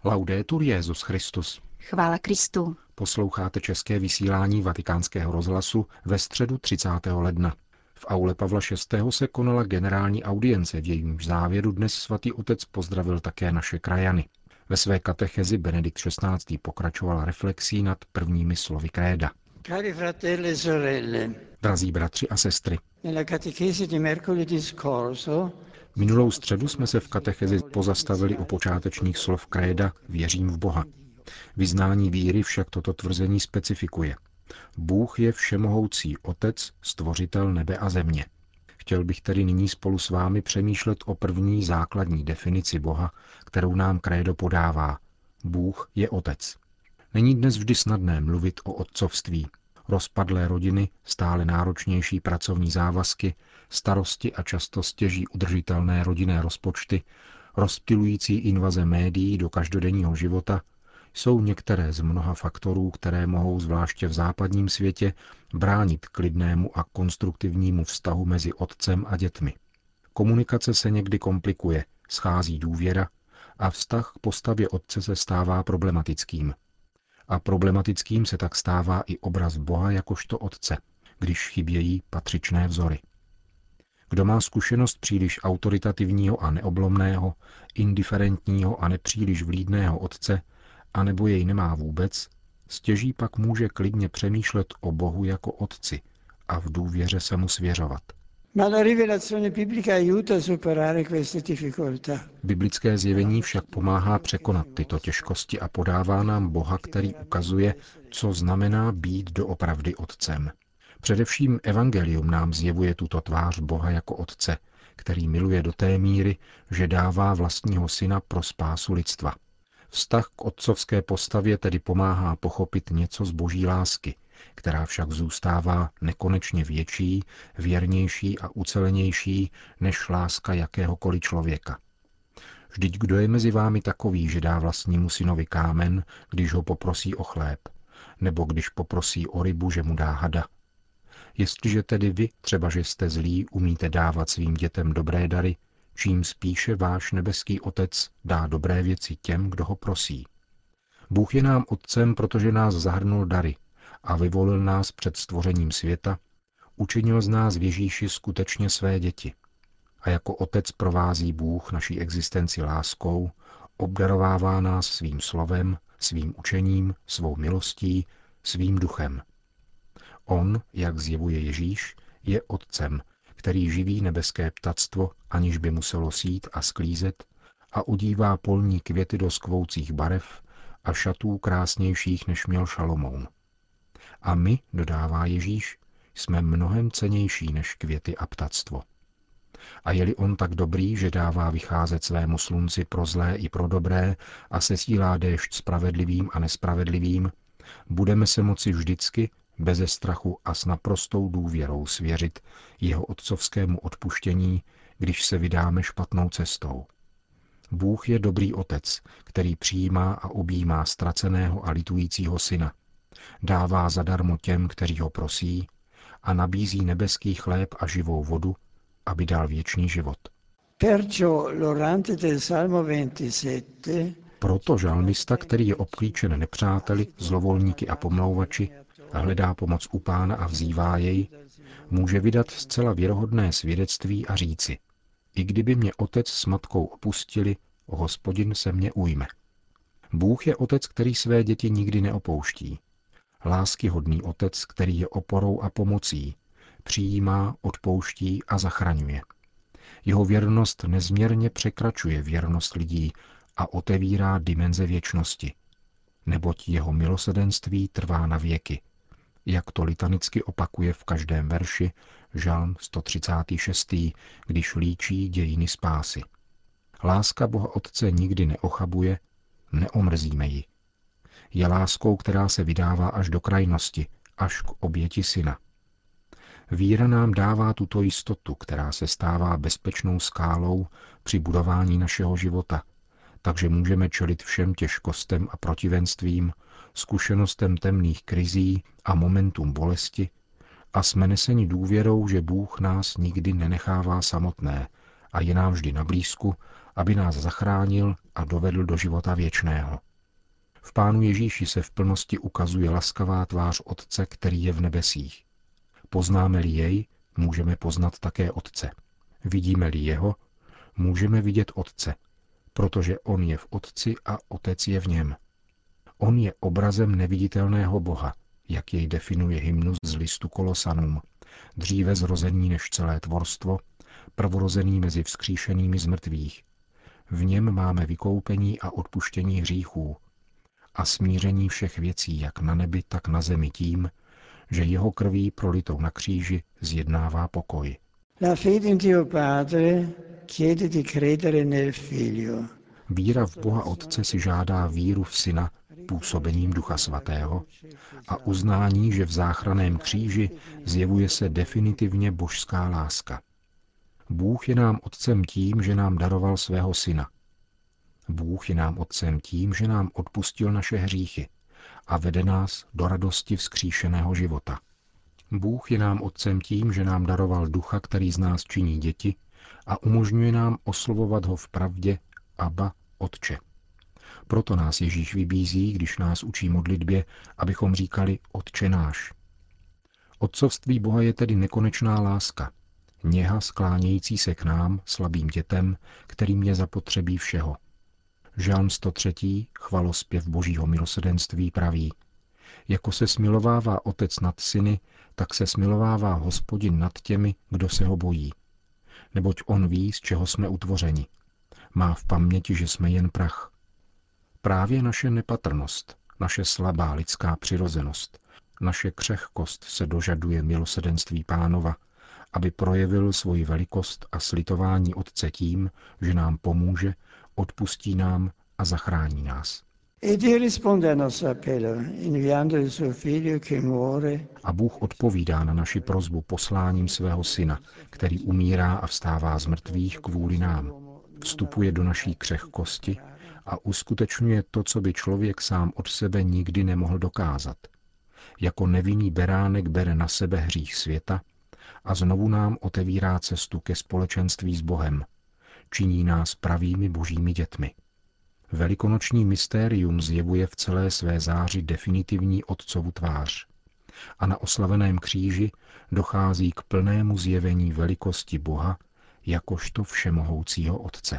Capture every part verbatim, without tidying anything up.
Laudetur Jesus Christus. Chvála Kristu. Posloucháte české vysílání Vatikánského rozhlasu ve středu třicátého ledna. V aule Pavla šestého. se konala generální audience, v jejímž závěru dnes svatý otec pozdravil také naše krajany. Ve své katechezi Benedikt šestnáctý. pokračoval reflexí nad prvními slovy kréda. Cari fratelli e sorelle, Drazí bratři a sestry, nella catechesi di mercoledì scorso minulou středu jsme se v katechezi pozastavili u počátečních slov kréda Věřím v Boha. Vyznání víry však toto tvrzení specifikuje. Bůh je všemohoucí Otec, stvořitel nebe a země. Chtěl bych tedy nyní spolu s vámi přemýšlet o první základní definici Boha, kterou nám krédo podává. Bůh je Otec. Není dnes vždy snadné mluvit o otcovství. Rozpadlé rodiny, stále náročnější pracovní závazky, starosti a často stěží udržitelné rodinné rozpočty, rozptylující invaze médií do každodenního života, jsou některé z mnoha faktorů, které mohou zvláště v západním světě bránit klidnému a konstruktivnímu vztahu mezi otcem a dětmi. Komunikace se někdy komplikuje, schází důvěra a vztah k postavě otce se stává problematickým. A problematickým se tak stává i obraz Boha jakožto otce, když chybějí patřičné vzory. Kdo má zkušenost příliš autoritativního a neoblomného, indiferentního a nepříliš vlídného otce, anebo jej nemá vůbec, stěží pak může klidně přemýšlet o Bohu jako otci a v důvěře se mu svěřovat. Biblické zjevení však pomáhá překonat tyto těžkosti a podává nám Boha, který ukazuje, co znamená být doopravdy otcem. Především evangelium nám zjevuje tuto tvář Boha jako otce, který miluje do té míry, že dává vlastního syna pro spásu lidstva. Vztah k otcovské postavě tedy pomáhá pochopit něco z boží lásky, která však zůstává nekonečně větší, věrnější a ucelenější než láska jakéhokoliv člověka. Vždyť kdo je mezi vámi takový, že dá vlastnímu synovi kámen, když ho poprosí o chléb, nebo když poprosí o rybu, že mu dá hada? Jestliže tedy vy, třeba že jste zlí, umíte dávat svým dětem dobré dary, čím spíše váš nebeský Otec dá dobré věci těm, kdo ho prosí. Bůh je nám Otcem, protože nás zahrnul dary a vyvolil nás před stvořením světa, učinil z nás v Ježíši skutečně své děti. A jako Otec provází Bůh naší existenci láskou, obdarovává nás svým slovem, svým učením, svou milostí, svým duchem. On, jak zjevuje Ježíš, je Otcem, který živí nebeské ptactvo, aniž by muselo sít a sklízet, a udívá polní květy do skvoucích barev a šatů krásnějších, než měl Šalomoun. A my, dodává Ježíš, jsme mnohem cennější než květy a ptactvo. A je-li on tak dobrý, že dává vycházet svému slunci pro zlé i pro dobré a sesílá déšť spravedlivým a nespravedlivým, budeme se moci vždycky, beze strachu a s naprostou důvěrou svěřit jeho otcovskému odpuštění, když se vydáme špatnou cestou. Bůh je dobrý otec, který přijímá a objímá ztraceného a litujícího syna, dává zadarmo těm, kteří ho prosí, a nabízí nebeský chléb a živou vodu, aby dal věčný život. Proto žalmista, který je obklíčen nepřáteli, zlovolníky a pomlouvači, hledá pomoc u Pána a vzývá jej, může vydat zcela věrohodné svědectví a říci: I kdyby mě otec s matkou opustili, Hospodin se mě ujme. Bůh je otec, který své děti nikdy neopouští. Láskyhodný otec, který je oporou a pomocí, přijímá, odpouští a zachraňuje. Jeho věrnost nezměrně překračuje věrnost lidí a otevírá dimenze věčnosti. Neboť jeho milosedenství trvá na věky, jak to litanicky opakuje v každém verši Žalm sto třicátý šestý, když líčí dějiny spásy. Láska Boha Otce nikdy neochabuje, neomrzíme ji. Je láskou, která se vydává až do krajnosti, až k oběti syna. Víra nám dává tuto jistotu, která se stává bezpečnou skálou při budování našeho života, takže můžeme čelit všem těžkostem a protivenstvím, zkušenostem temných krizí a momentům bolesti a jsme neseni důvěrou, že Bůh nás nikdy nenechává samotné a je nám vždy na blízku aby nás zachránil a dovedl do života věčného. V Pánu Ježíši se v plnosti ukazuje laskavá tvář Otce, který je v nebesích. Poznáme-li jej, můžeme poznat také Otce. Vidíme-li jeho, můžeme vidět Otce, protože on je v Otci a Otec je v něm. On je obrazem neviditelného Boha, jak jej definuje hymnus z listu Kolosanům, dříve zrozený než celé tvorstvo, prvorozený mezi vzkříšenými z mrtvých. V něm máme vykoupení a odpuštění hříchů a smíření všech věcí, jak na nebi, tak na zemi tím, že jeho krví prolitou na kříži zjednává pokoj. La fede in Dio Padre chiede di credere nel Figlio. Víra v Boha Otce si žádá víru v Syna působením Ducha Svatého a uznání, že v záchranném kříži zjevuje se definitivně božská láska. Bůh je nám Otcem tím, že nám daroval svého Syna. Bůh je nám Otcem tím, že nám odpustil naše hříchy a vede nás do radosti vzkříšeného života. Bůh je nám Otcem tím, že nám daroval Ducha, který z nás činí děti a umožňuje nám oslovovat ho v pravdě Abba, Otče. Proto nás Ježíš vybízí, když nás učí modlitbě, abychom říkali Otče náš. Otcovství Boha je tedy nekonečná láska, něha sklánějící se k nám, slabým dětem, kterým je zapotřebí všeho. Žalm sto tři, chvalospěv Božího milosrdenství, praví: Jako se smilovává otec nad syny, tak se smilovává Hospodin nad těmi, kdo se ho bojí. Neboť on ví, z čeho jsme utvořeni. Má v paměti, že jsme jen prach. Právě naše nepatrnost, naše slabá lidská přirozenost, naše křehkost se dožaduje milosrdenství Pánova, aby projevil svoji velikost a slitování Otce tím, že nám pomůže, odpustí nám a zachrání nás. A Bůh odpovídá na naši prosbu posláním svého Syna, který umírá a vstává z mrtvých kvůli nám. Vstupuje do naší křehkosti a uskutečňuje to, co by člověk sám od sebe nikdy nemohl dokázat. Jako nevinný beránek bere na sebe hřích světa a znovu nám otevírá cestu ke společenství s Bohem. Činí nás pravými božími dětmi. Velikonoční mystérium zjevuje v celé své záři definitivní Otcovu tvář. A na oslaveném kříži dochází k plnému zjevení velikosti Boha jakožto všemohoucího Otce.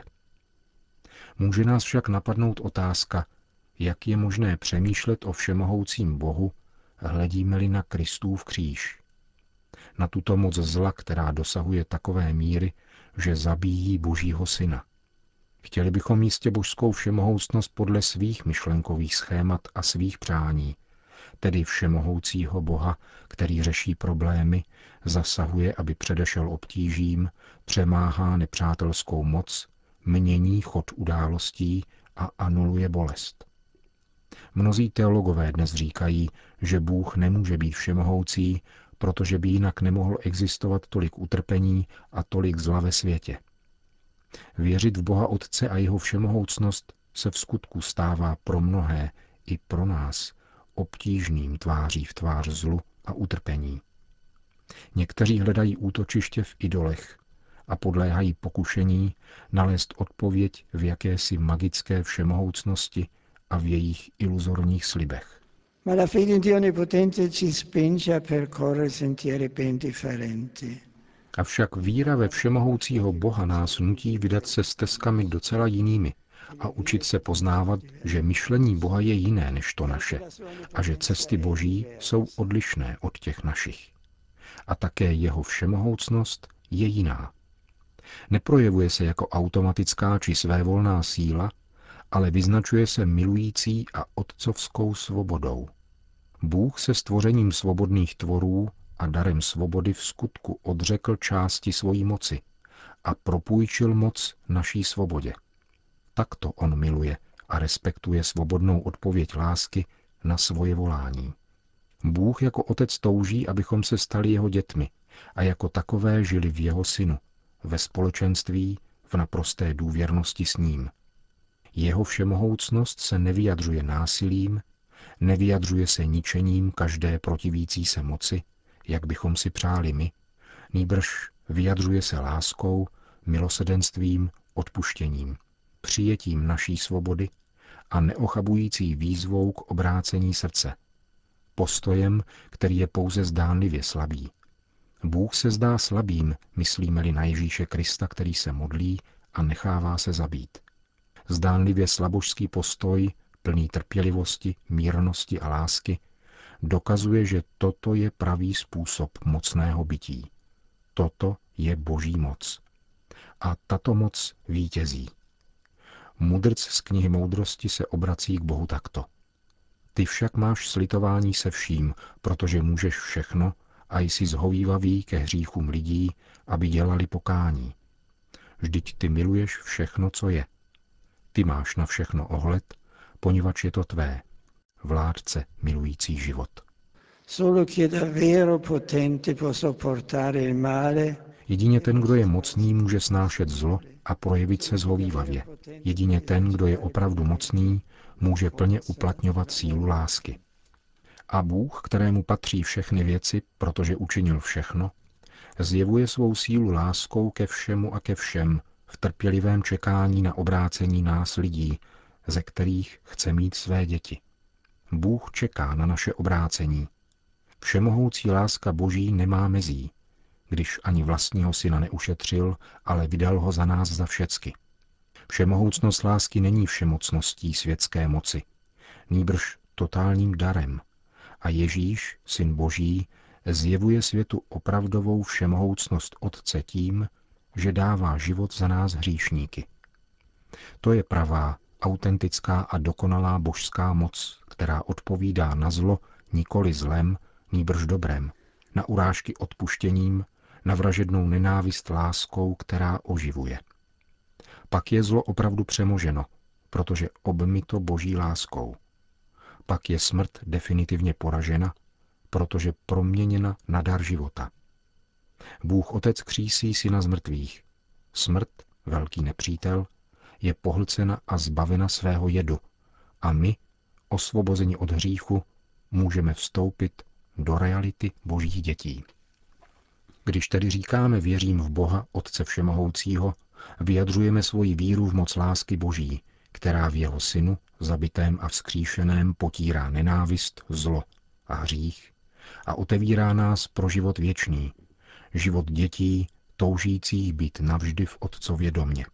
Může nás však napadnout otázka, jak je možné přemýšlet o všemohoucím Bohu, hledíme-li na Kristův kříž. Na tuto moc zla, která dosahuje takové míry, že zabíjí Božího Syna. Chtěli bychom jistě božskou všemohoucnost podle svých myšlenkových schémat a svých přání, tedy všemohoucího Boha, který řeší problémy, zasahuje, aby předešel obtížím, přemáhá nepřátelskou moc, mění chod událostí a anuluje bolest. Mnozí teologové dnes říkají, že Bůh nemůže být všemohoucí, protože by jinak nemohlo existovat tolik utrpení a tolik zla ve světě. Věřit v Boha Otce a jeho všemohoucnost se v skutku stává pro mnohé, i pro nás, obtížným tváří v tvář zlu a utrpení. Někteří hledají útočiště v idolech a podléhají pokušení nalézt odpověď v jakési magické všemohoucnosti a v jejich iluzorních slibech. Ma la fede in Dio Onnipotente ci spinge a percorrere sentieri ben differenti. Avšak víra ve všemohoucího Boha nás nutí vydat se stezkami docela jinými a učit se poznávat, že myšlení Boha je jiné než to naše a že cesty Boží jsou odlišné od těch našich. A také jeho všemohoucnost je jiná. Neprojevuje se jako automatická či svévolná síla, ale vyznačuje se milující a otcovskou svobodou. Bůh se stvořením svobodných tvorů a darem svobody v skutku odřekl části svojí moci a propůjčil moc naší svobodě. Takto on miluje a respektuje svobodnou odpověď lásky na svoje volání. Bůh jako otec touží, abychom se stali jeho dětmi a jako takové žili v jeho synu, ve společenství, v naprosté důvěrnosti s ním. Jeho všemohoucnost se nevyjadřuje násilím, nevyjadřuje se ničením každé protivící se moci, jak bychom si přáli my, nýbrž vyjadřuje se láskou, milosrdenstvím, odpuštěním. přijetím naší svobody a neochabující výzvou k obrácení srdce. Postojem, který je pouze zdánlivě slabý. Bůh se zdá slabým, myslíme-li na Ježíše Krista, který se modlí a nechává se zabít. Zdánlivě slabožský postoj, plný trpělivosti, mírnosti a lásky, dokazuje, že toto je pravý způsob mocného bytí. Toto je Boží moc. A tato moc vítězí. Mudrc z knihy Moudrosti se obrací k Bohu takto. Ty však máš slitování se vším, protože můžeš všechno a jsi zhovívavý ke hříchům lidí, aby dělali pokání. Vždyť ty miluješ všechno, co je. Ty máš na všechno ohled, poněvadž je to tvé, vládce milující život. Jedině ten, kdo je mocný, může snášet zlo a projevit se zhovívavě. Jedině ten, kdo je opravdu mocný, může plně uplatňovat sílu lásky. A Bůh, kterému patří všechny věci, protože učinil všechno, zjevuje svou sílu láskou ke všemu a ke všem v trpělivém čekání na obrácení nás lidí, ze kterých chce mít své děti. Bůh čeká na naše obrácení. Všemohoucí láska Boží nemá mezí, když ani vlastního syna neušetřil, ale vydal ho za nás za všecky. Všemohoucnost lásky není všemocností světské moci, nýbrž totálním darem. A Ježíš, Syn Boží, zjevuje světu opravdovou všemohoucnost Otce tím, že dává život za nás hříšníky. To je pravá, autentická a dokonalá božská moc, která odpovídá na zlo nikoli zlem, nýbrž dobrem, na urážky odpuštěním, na vražednou nenávist láskou, která oživuje. Pak je zlo opravdu přemoženo, protože obmyto Boží láskou. Pak je smrt definitivně poražena, protože proměněna na dar života. Bůh Otec křísí syna z mrtvých. Smrt, velký nepřítel, je pohlcena a zbavena svého jedu a my, osvobozeni od hříchu, můžeme vstoupit do reality Božích dětí. Když tedy říkáme věřím v Boha, Otce všemohoucího, vyjadřujeme svoji víru v moc lásky Boží, která v jeho synu, zabitém a vzkříšeném, potírá nenávist, zlo a hřích a otevírá nás pro život věčný, život dětí, toužících být navždy v Otcově domě.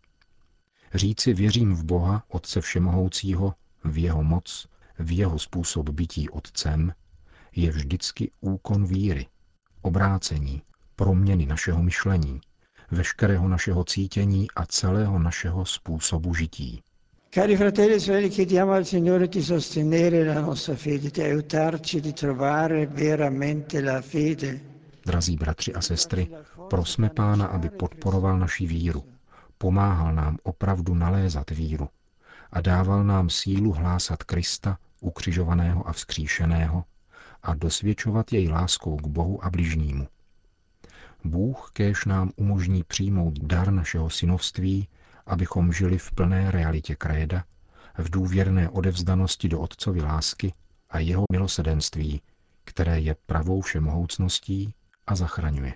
Říci věřím v Boha, Otce všemohoucího, v jeho moc, v jeho způsob bytí Otcem, je vždycky úkon víry, obrácení, proměny našeho myšlení, veškerého našeho cítění a celého našeho způsobu žití. Cari fratelli e sorelle, chiediamo al Signore di sostenere la nostra fede, di aiutarci di trovare veramente la fede. Drazí bratři a sestry, prosme Pána, aby podporoval naši víru, pomáhal nám opravdu nalézat víru a dával nám sílu hlásat Krista, ukřižovaného a vzkříšeného, a dosvědčovat jej láskou k Bohu a bližnímu. Bůh kéž nám umožní přijmout dar našeho synovství, abychom žili v plné realitě kréda, v důvěrné odevzdanosti do Otcovy lásky a jeho milosedenství, které je pravou všemohoucností a zachraňuje.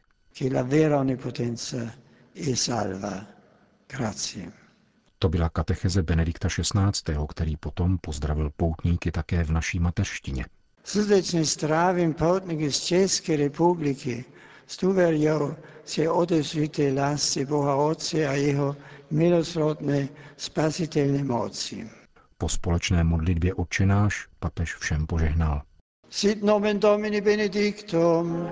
To byla katecheze Benedikta šestnáctého, který potom pozdravil poutníky také v naší mateřštině. Srdečně zdravím poutníky z České republiky. S důvěrou se odezvíte lásce Boha Otce a jeho milosrdné spasitelné moci. Po společné modlitbě Otče náš papež všem požehnal. Sit nomen Domini benedictum.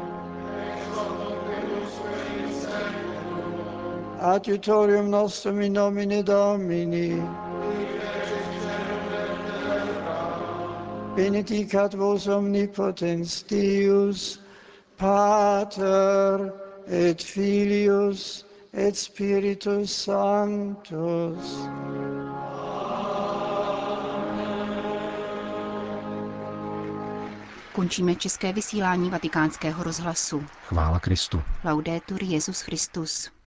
Adiutorium nostrum in nomine Domini. Benedicat vos omnipotens Deus, Pater et Filius et Spiritus Sanctus. Končíme české vysílání Vatikánského rozhlasu. Chvála Kristu. Laudetur Jesus Christus.